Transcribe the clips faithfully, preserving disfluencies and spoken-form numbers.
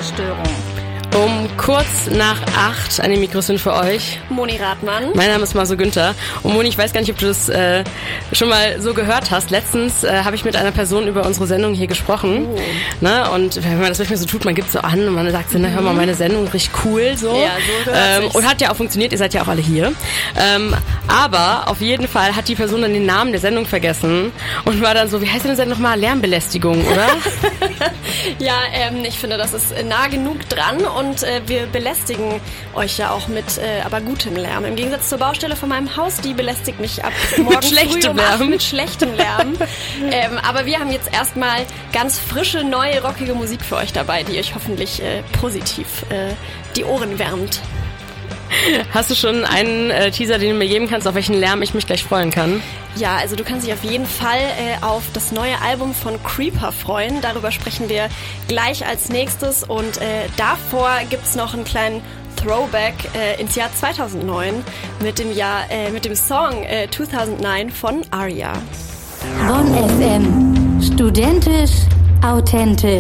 Sprachstörung. Um kurz nach acht an den Mikros sind für euch Moni Rathmann. Mein Name ist Maso Günther. Und Moni, ich weiß gar nicht, ob du das äh, schon mal so gehört hast. Letztens äh, habe ich mit einer Person über unsere Sendung hier gesprochen. Oh. Ne? Und wenn man das manchmal so tut, man gibt so an und man sagt so, na hör mal, meine Sendung richtig cool. So. Ja, so hört ähm, Und hat ja auch funktioniert, ihr seid ja auch alle hier. Ähm, aber auf jeden Fall hat die Person dann den Namen der Sendung vergessen und war dann so, wie heißt denn das denn nochmal? Lärmbelästigung, oder? Ja, ähm, ich finde, das ist nah genug dran und äh, wir belästigen euch ja auch mit äh, aber gutem Lärm. Im Gegensatz zur Baustelle von meinem Haus, die belästigt mich ab morgen früh um acht mit schlechtem Lärm. ähm, aber wir haben jetzt erstmal ganz frische, neue, rockige Musik für euch dabei, die euch hoffentlich äh, positiv äh, die Ohren wärmt. Hast du schon einen äh, Teaser, den du mir geben kannst, auf welchen Lärm ich mich gleich freuen kann? Ja, also du kannst dich auf jeden Fall äh, auf das neue Album von Creeper freuen. Darüber sprechen wir gleich als nächstes. Und äh, davor gibt's noch einen kleinen Throwback äh, ins Jahr zweitausendneun mit dem Jahr äh, mit dem Song äh, zweitausendneun von Aria. Bonn F M. Studentisch, authentisch.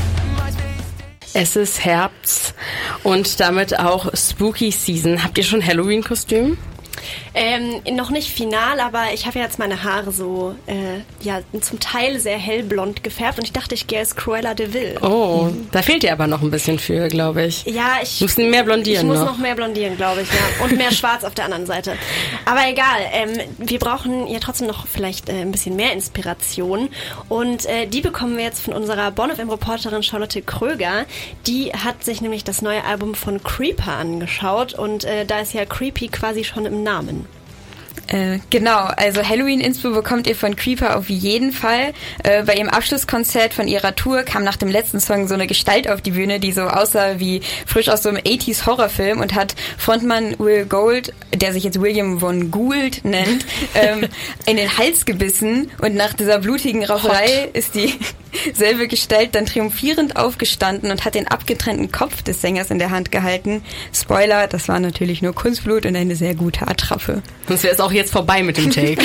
Es ist Herbst und damit auch Spooky Season. Habt ihr schon Halloween-Kostüm? Ähm, noch nicht final, aber ich habe ja jetzt meine Haare so, äh, ja, zum Teil sehr hellblond gefärbt und ich dachte, ich gehe als Cruella de Vil. Oh, mhm. Da fehlt dir aber noch ein bisschen für, glaube ich. Ja, ich... Du musst mehr blondieren Ich muss noch. noch mehr blondieren, glaube ich, ja. Und mehr schwarz auf der anderen Seite. Aber egal, ähm, wir brauchen ja trotzdem noch vielleicht äh, ein bisschen mehr Inspiration und äh, die bekommen wir jetzt von unserer Bonn F M-Reporterin Charlotte Kröger. Die hat sich nämlich das neue Album von Creeper angeschaut und äh, da ist ja Creepy quasi schon im Namen. Äh, genau, also Halloween-Inspo bekommt ihr von Creeper auf jeden Fall. Äh, bei ihrem Abschlusskonzert von ihrer Tour kam nach dem letzten Song so eine Gestalt auf die Bühne, die so aussah wie frisch aus so einem achtziger Horrorfilm und hat Frontmann Will Gold, der sich jetzt William von Gould nennt, ähm, in den Hals gebissen und nach dieser blutigen Rauferei ist die selbe Gestalt dann triumphierend aufgestanden und hat den abgetrennten Kopf des Sängers in der Hand gehalten. Spoiler, das war natürlich nur Kunstblut und eine sehr gute Attrappe. Sonst wäre es auch jetzt vorbei mit dem Take.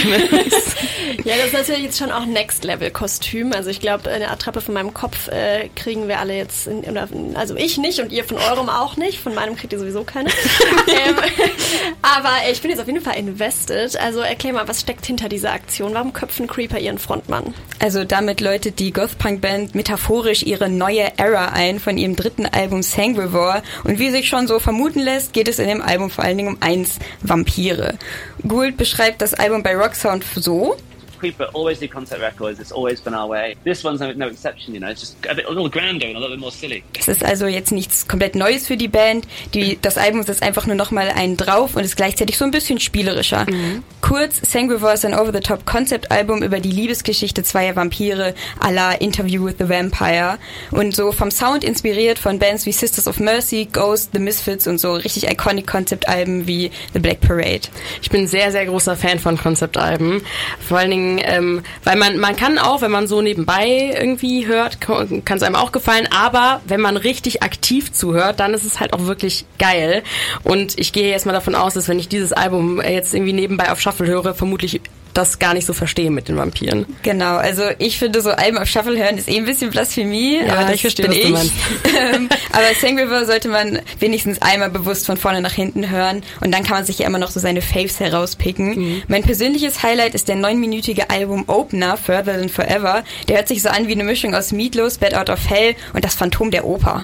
Ja, das ist natürlich jetzt schon auch Next-Level-Kostüm. Also ich glaube, eine Attrappe von meinem Kopf äh, kriegen wir alle jetzt, in, oder, also ich nicht und ihr von eurem auch nicht. Von meinem kriegt ihr sowieso keine. ähm, aber ich bin jetzt auf jeden Fall invested. Also erklär mal, was steckt hinter dieser Aktion? Warum köpfen Creeper ihren Frontmann? Also damit läutet die Goth-Punk-Band metaphorisch ihre neue Era ein von ihrem dritten Album Sanguivore. Und wie sich schon so vermuten lässt, geht es in dem Album vor allen Dingen um eins, Vampire. Gould beschreibt das Album bei Rocksound so: Creeper always do concept records. It's always been our way. This one's no, no exception, you know. It's just a bit a little grander and a little bit more silly. Es ist also jetzt nichts komplett Neues für die Band. Die, das Album ist einfach nur nochmal einen drauf und ist gleichzeitig so ein bisschen spielerischer. Mhm. Kurz, Sanguivore ist ein Over-the-Top-Concept-Album über die Liebesgeschichte zweier Vampire à la Interview with the Vampire. Und so vom Sound inspiriert von Bands wie Sisters of Mercy, Ghost, The Misfits und so richtig iconic Concept-Alben wie The Black Parade. Ich bin sehr, sehr großer Fan von Concept-Alben. Vor allen Dingen Ähm, weil man man kann auch, wenn man so nebenbei irgendwie hört, kann es einem auch gefallen, aber wenn man richtig aktiv zuhört, dann ist es halt auch wirklich geil. Und ich gehe jetzt mal davon aus, dass wenn ich dieses Album jetzt irgendwie nebenbei auf Shuffle höre, vermutlich das gar nicht so verstehe mit den Vampiren. Genau, also ich finde, so Alben auf Shuffle hören ist eh ein bisschen Blasphemie. Ja, aber ich verstehe, was ich. du meinst. Aber Sanguivore sollte man wenigstens einmal bewusst von vorne nach hinten hören und dann kann man sich ja immer noch so seine Faves herauspicken. Mhm. Mein persönliches Highlight ist der neunminütige Album-Opener, Further Than Forever. Der hört sich so an wie eine Mischung aus Meatloaf, Bat Out of Hell und das Phantom der Oper.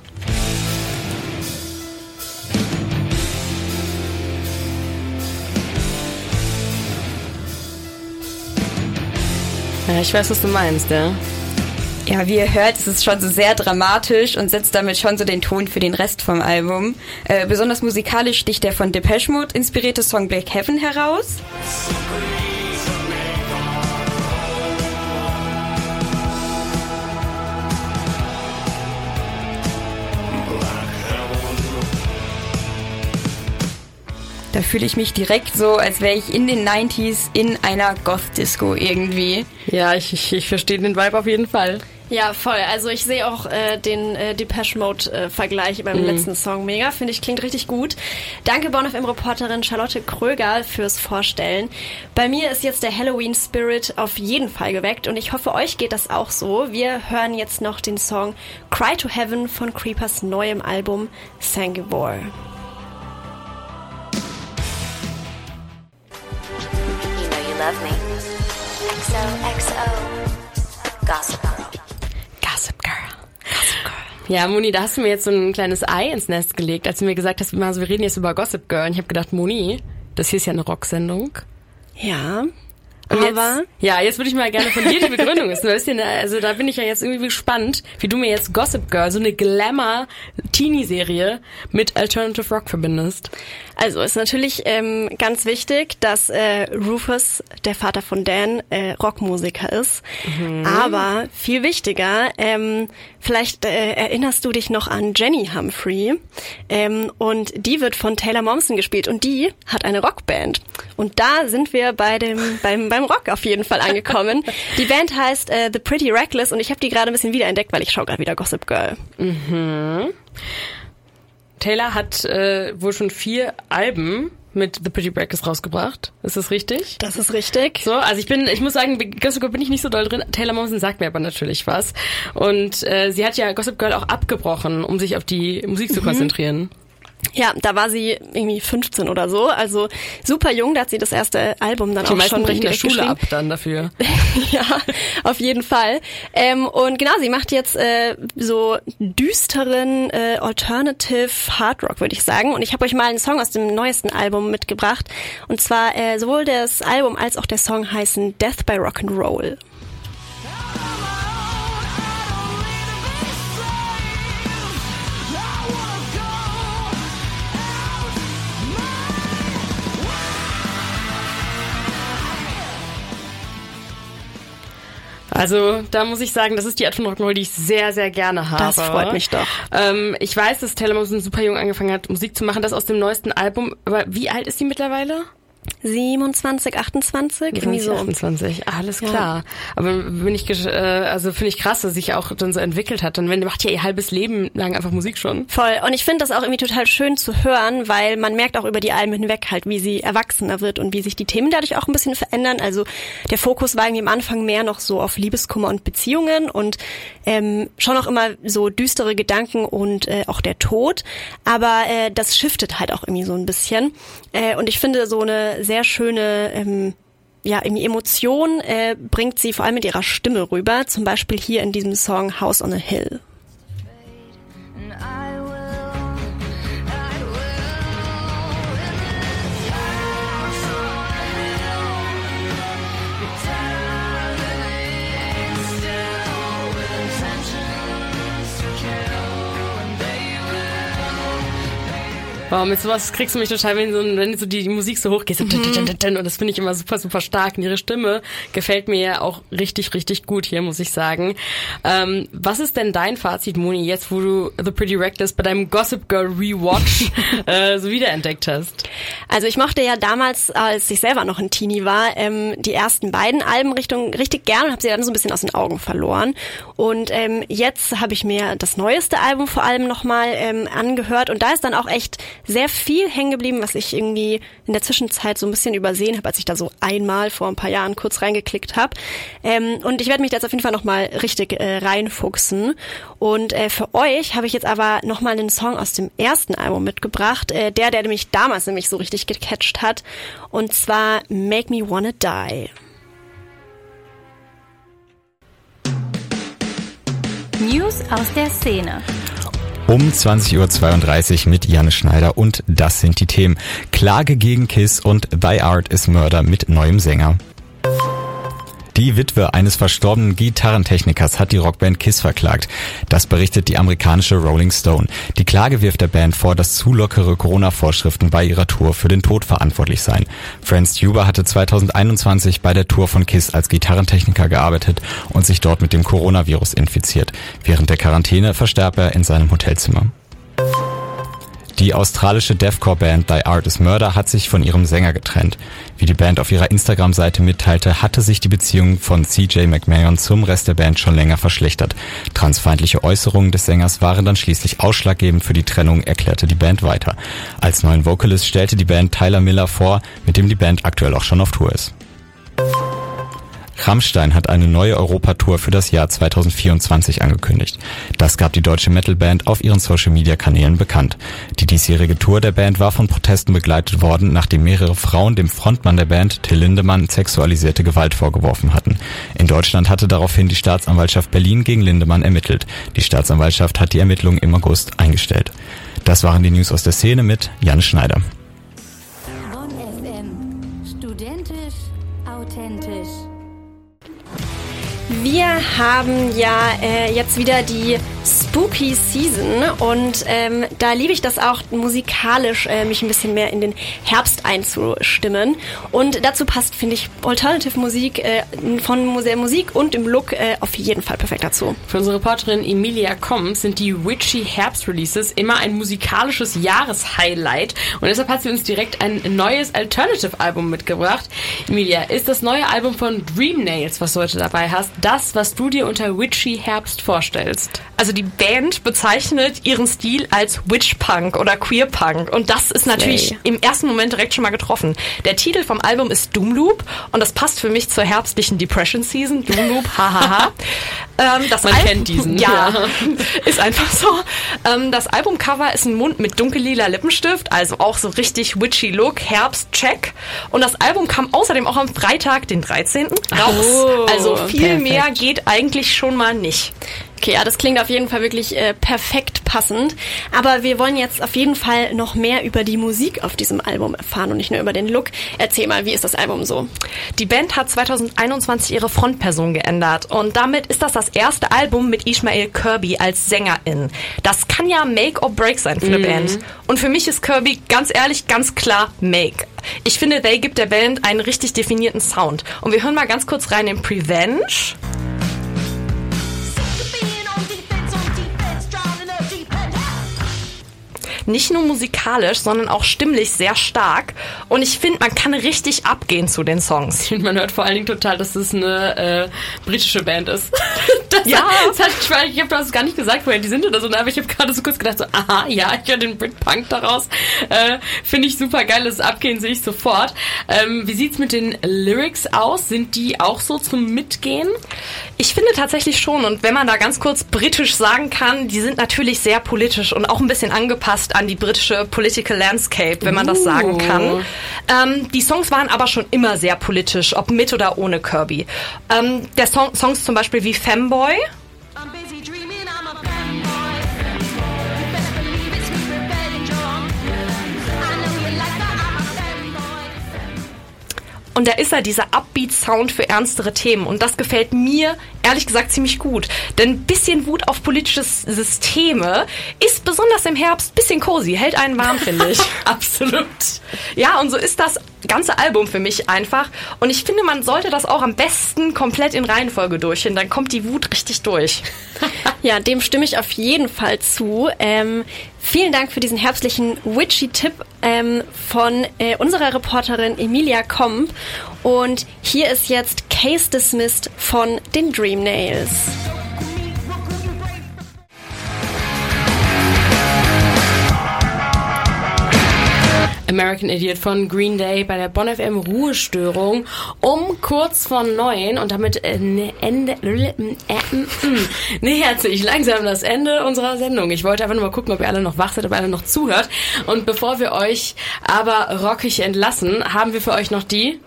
Ja, ich weiß, was du meinst, ja. Ja, wie ihr hört, ist es schon so sehr dramatisch und setzt damit schon so den Ton für den Rest vom Album. Äh, besonders musikalisch sticht der von Depeche Mode inspirierte Song Black Heaven heraus. Da fühle ich mich direkt so, als wäre ich in den neunziger in einer Goth-Disco irgendwie. Ja, ich, ich, ich verstehe den Vibe auf jeden Fall. Ja, voll. Also ich sehe auch äh, den äh, Depeche Mode äh, Vergleich beim mhm. letzten Song mega. Finde ich, klingt richtig gut. Danke Bonn F M-Reporterin Charlotte Kröger fürs Vorstellen. Bei mir ist jetzt der Halloween-Spirit auf jeden Fall geweckt und ich hoffe, euch geht das auch so. Wir hören jetzt noch den Song Cry to Heaven von Creepers neuem Album Sanguivore. You know you love me. X O X O Gossip Girl. Gossip Girl. Gossip Girl. Ja, Moni, da hast du mir jetzt so ein kleines Ei ins Nest gelegt, als du mir gesagt hast, also wir reden jetzt über Gossip Girl. Und ich habe gedacht, Moni, das hier ist ja eine Rocksendung. Ja. Und aber jetzt, ja, jetzt würde ich mal gerne von dir die Begründung wissen. Also da bin ich ja jetzt irgendwie gespannt, wie du mir jetzt Gossip Girl, so eine Glamour-Teenie-Serie mit Alternative Rock verbindest. Also ist natürlich ähm, ganz wichtig, dass äh, Rufus, der Vater von Dan, äh, Rockmusiker ist. Mhm. Aber viel wichtiger, ähm, vielleicht äh, erinnerst du dich noch an Jenny Humphrey. Ähm, und die wird von Taylor Momsen gespielt und die hat eine Rockband. Und da sind wir bei dem beim beim Rock auf jeden Fall angekommen. Die Band heißt äh, The Pretty Reckless und ich habe die gerade ein bisschen wiederentdeckt, weil ich schaue gerade wieder Gossip Girl. Mhm. Taylor hat äh, wohl schon vier Alben mit The Pretty Reckless rausgebracht. Ist das richtig? Das ist richtig. So, also ich bin, ich muss sagen, Gossip Girl bin ich nicht so doll drin. Taylor Momsen sagt mir aber natürlich was. Und äh, sie hat ja Gossip Girl auch abgebrochen, um sich auf die Musik zu konzentrieren. Mhm. Ja, da war sie irgendwie fünfzehn oder so, also super jung, da hat sie das erste Album dann die auch schon in der Schule ab dann dafür. Ja, auf jeden Fall. Ähm, und genau, sie macht jetzt äh, so düsteren äh, Alternative Hard Rock, würde ich sagen. Und ich habe euch mal einen Song aus dem neuesten Album mitgebracht. Und zwar äh, sowohl das Album als auch der Song heißen Death by Rock'n'Roll. Also da muss ich sagen, das ist die Art von Rock'n'Roll, die ich sehr, sehr gerne habe. Das freut mich doch. Ähm, ich weiß, dass Taylor Momsen super jung angefangen hat, Musik zu machen, das aus dem neuesten Album. Aber wie alt ist sie mittlerweile? siebenundzwanzig, achtundzwanzig, irgendwie so. achtundzwanzig, alles klar. Ja. Aber bin ich, äh, also finde ich krass, dass sich auch dann so entwickelt hat. Dann macht ja ihr halbes Leben lang einfach Musik schon. Voll. Und ich finde das auch irgendwie total schön zu hören, weil man merkt auch über die Alben hinweg halt, wie sie erwachsener wird und wie sich die Themen dadurch auch ein bisschen verändern. Also der Fokus war irgendwie am Anfang mehr noch so auf Liebeskummer und Beziehungen und ähm, schon auch immer so düstere Gedanken und äh, auch der Tod. Aber äh, das shiftet halt auch irgendwie so ein bisschen. Äh, und ich finde so eine sehr schöne ähm, ja, irgendwie Emotion äh, bringt sie vor allem mit ihrer Stimme rüber, zum Beispiel hier in diesem Song House on a Hill. Wow, mit sowas kriegst du mich total, wenn, so, wenn so die, die Musik so hochgeht. So mhm. Und das finde ich immer super, super stark. Und ihre Stimme gefällt mir ja auch richtig, richtig gut hier, muss ich sagen. Ähm, was ist denn dein Fazit, Moni, jetzt wo du The Pretty Reckless bei deinem Gossip Girl Rewatch äh, so wiederentdeckt hast? Also ich mochte ja damals, als ich selber noch ein Teenie war, ähm, die ersten beiden Alben Richtung, richtig gern und habe sie dann so ein bisschen aus den Augen verloren. Und ähm, jetzt habe ich mir das neueste Album vor allem nochmal ähm, angehört und da ist dann auch echt sehr viel hängen geblieben, was ich irgendwie in der Zwischenzeit so ein bisschen übersehen habe, als ich da so einmal vor ein paar Jahren kurz reingeklickt habe. Ähm, und ich werde mich da jetzt auf jeden Fall nochmal richtig äh, reinfuchsen. Und äh, für euch habe ich jetzt aber nochmal einen Song aus dem ersten Album mitgebracht, äh, der, der mich damals nämlich so richtig gecatcht hat. Und zwar Make Me Wanna Die. News aus der Szene. Um zwanzig Uhr zweiunddreißig mit Janne Schneider und das sind die Themen. Klage gegen Kiss und Thy Art is Murder mit neuem Sänger. Die Witwe eines verstorbenen Gitarrentechnikers hat die Rockband Kiss verklagt. Das berichtet die amerikanische Rolling Stone. Die Klage wirft der Band vor, dass zu lockere Corona-Vorschriften bei ihrer Tour für den Tod verantwortlich seien. Franz Huber hatte zweitausendeinundzwanzig bei der Tour von Kiss als Gitarrentechniker gearbeitet und sich dort mit dem Coronavirus infiziert. Während der Quarantäne verstarb er in seinem Hotelzimmer. Die australische Deathcore-Band Die Art is Murder hat sich von ihrem Sänger getrennt. Wie die Band auf ihrer Instagram-Seite mitteilte, hatte sich die Beziehung von C J McMahon zum Rest der Band schon länger verschlechtert. Transfeindliche Äußerungen des Sängers waren dann schließlich ausschlaggebend für die Trennung, erklärte die Band weiter. Als neuen Vocalist stellte die Band Tyler Miller vor, mit dem die Band aktuell auch schon auf Tour ist. Rammstein hat eine neue Europatour für das Jahr zwanzig vierundzwanzig angekündigt. Das gab die deutsche Metalband auf ihren Social-Media-Kanälen bekannt. Die diesjährige Tour der Band war von Protesten begleitet worden, nachdem mehrere Frauen dem Frontmann der Band, Till Lindemann, sexualisierte Gewalt vorgeworfen hatten. In Deutschland hatte daraufhin die Staatsanwaltschaft Berlin gegen Lindemann ermittelt. Die Staatsanwaltschaft hat die Ermittlungen im August eingestellt. Das waren die News aus der Szene mit Jan Schneider. Bonn F M. Studentisch, authentisch. Wir haben ja äh, jetzt wieder die Spooky Season und ähm, da liebe ich das auch musikalisch, äh, mich ein bisschen mehr in den Herbst einzustimmen. Und dazu passt, finde ich, Alternative Musik äh, von der Musik und dem Look äh, auf jeden Fall perfekt dazu. Für unsere Reporterin Emilia Komms sind die Witchy Herbst-Releases immer ein musikalisches Jahreshighlight und deshalb hat sie uns direkt ein neues Alternative-Album mitgebracht. Emilia, ist das neue Album von Dream Nails, was du heute dabei hast, das, was du dir unter Witchy Herbst vorstellst? Also die Band bezeichnet ihren Stil als Witch-Punk oder Queer-Punk und das ist natürlich Slay. Im ersten Moment direkt schon mal getroffen. Der Titel vom Album ist Doom Loop und das passt für mich zur herbstlichen Depression Season. Doom Loop, hahaha. ähm, das Man Album, kennt diesen. Ja, ist einfach so. Ähm, das Albumcover ist ein Mund mit dunkellila Lippenstift, also auch so richtig witchy Look, Herbst-Check. Und das Album kam außerdem auch am Freitag, den dreizehnten raus. Oh, also viel perfekt. mehr geht eigentlich schon mal nicht. Okay, ja, das klingt auf jeden Fall wirklich äh, perfekt passend. Aber wir wollen jetzt auf jeden Fall noch mehr über die Musik auf diesem Album erfahren und nicht nur über den Look. Erzähl mal, wie ist das Album so? Die Band hat zwanzig einundzwanzig ihre Frontperson geändert und damit ist das das erste Album mit Ishmael Kirby als Sängerin. Das kann ja Make or Break sein für eine mhm. Band. Und für mich ist Kirby ganz ehrlich ganz klar Make. Ich finde, They gibt der Band einen richtig definierten Sound. Und wir hören mal ganz kurz rein in Prevenge. Nicht nur musikalisch, sondern auch stimmlich sehr stark. Und ich finde, man kann richtig abgehen zu den Songs. Und man hört vor allen Dingen total, dass es eine äh, britische Band ist. Das ja. Hat, das hat, ich meine, ich habe das gar nicht gesagt, woher die sind oder so, aber ich habe gerade so kurz gedacht, so, aha, ja, ich höre den Britpunk daraus. Äh, finde ich super geil, das Abgehen sehe ich sofort. Ähm, wie sieht's mit den Lyrics aus? Sind die auch so zum Mitgehen? Ich finde tatsächlich schon. Und wenn man da ganz kurz britisch sagen kann, die sind natürlich sehr politisch und auch ein bisschen angepasst an die britische Political Landscape, wenn man das sagen kann. Ähm, die Songs waren aber schon immer sehr politisch, ob mit oder ohne Kirby. Ähm, der Song, Songs zum Beispiel wie Femboy. Und da ist er, dieser Upbeat-Sound für ernstere Themen. Und das gefällt mir, ehrlich gesagt, ziemlich gut. Denn ein bisschen Wut auf politische Systeme ist besonders im Herbst ein bisschen cozy. Hält einen warm, finde ich. Absolut. Ja, und so ist das ganze Album für mich einfach. Und ich finde, man sollte das auch am besten komplett in Reihenfolge durchhören. Dann kommt die Wut richtig durch. Ja, dem stimme ich auf jeden Fall zu. Ähm, vielen Dank für diesen herbstlichen Witchy-Tipp ähm, von äh, unserer Reporterin Emilia Komp. Und hier ist jetzt Case Dismissed von den Dream Nails. American Idiot von Green Day bei der Bonn F M Ruhestörung um kurz vor neun und damit äh, ne Ende äh, äh, nähert sich langsam das Ende unserer Sendung. Ich wollte einfach nur mal gucken, ob ihr alle noch wach seid, ob ihr alle noch zuhört. Und bevor wir euch aber rockig entlassen, haben wir für euch noch die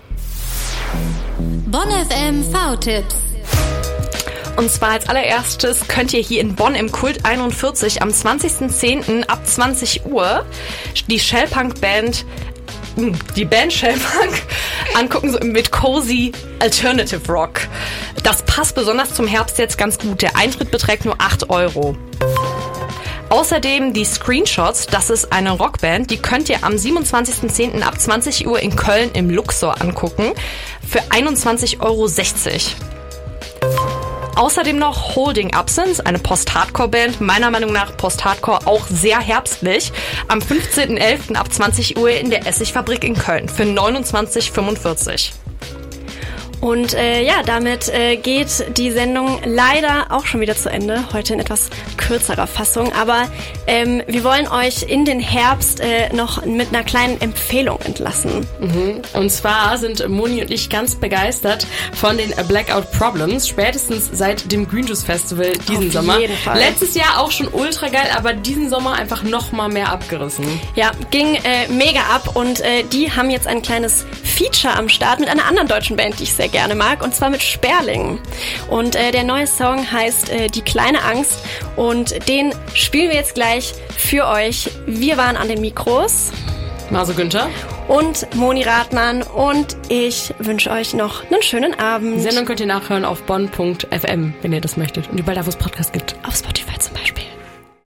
Bonn F M V-Tipps. Und zwar als allererstes könnt ihr hier in Bonn im Kult einundvierzig am zwanzigsten zehnten ab zwanzig Uhr die Shellpunk-Band, die Band Shellpunk angucken so mit Cozy Alternative Rock. Das passt besonders zum Herbst jetzt ganz gut. Der Eintritt beträgt nur acht Euro. Außerdem die Screenshots, das ist eine Rockband, die könnt ihr am siebenundzwanzigsten zehnten ab zwanzig Uhr in Köln im Luxor angucken für einundzwanzig Euro sechzig. Außerdem noch Holding Absence, eine Post-Hardcore-Band, meiner Meinung nach Post-Hardcore auch sehr herbstlich, am fünfzehnten elften ab zwanzig Uhr in der Essigfabrik in Köln für neunundzwanzig fünfundvierzig. Und äh, ja, damit äh, geht die Sendung leider auch schon wieder zu Ende. Heute in etwas kürzerer Fassung. Aber ähm, wir wollen euch in den Herbst äh, noch mit einer kleinen Empfehlung entlassen. Mhm. Und zwar sind Moni und ich ganz begeistert von den Blackout Problems. Spätestens seit dem Green Juice Festival diesen Auf Sommer. jeden Fall. Letztes Jahr auch schon ultra geil, aber diesen Sommer einfach noch mal mehr abgerissen. Ja, ging äh, mega ab. Und äh, die haben jetzt ein kleines Feature am Start mit einer anderen deutschen Band, die ich sehr gerne mag, und zwar mit Sperling. Und äh, der neue Song heißt äh, Die kleine Angst und den spielen wir jetzt gleich für euch. Wir waren an den Mikros. Maso Günther. Und Moni Rathmann und ich wünsche euch noch einen schönen Abend. Die Sendung könnt ihr nachhören auf bonn punkt f m, wenn ihr das möchtet. Und überall da, wo es Podcasts gibt. Auf Spotify zum Beispiel.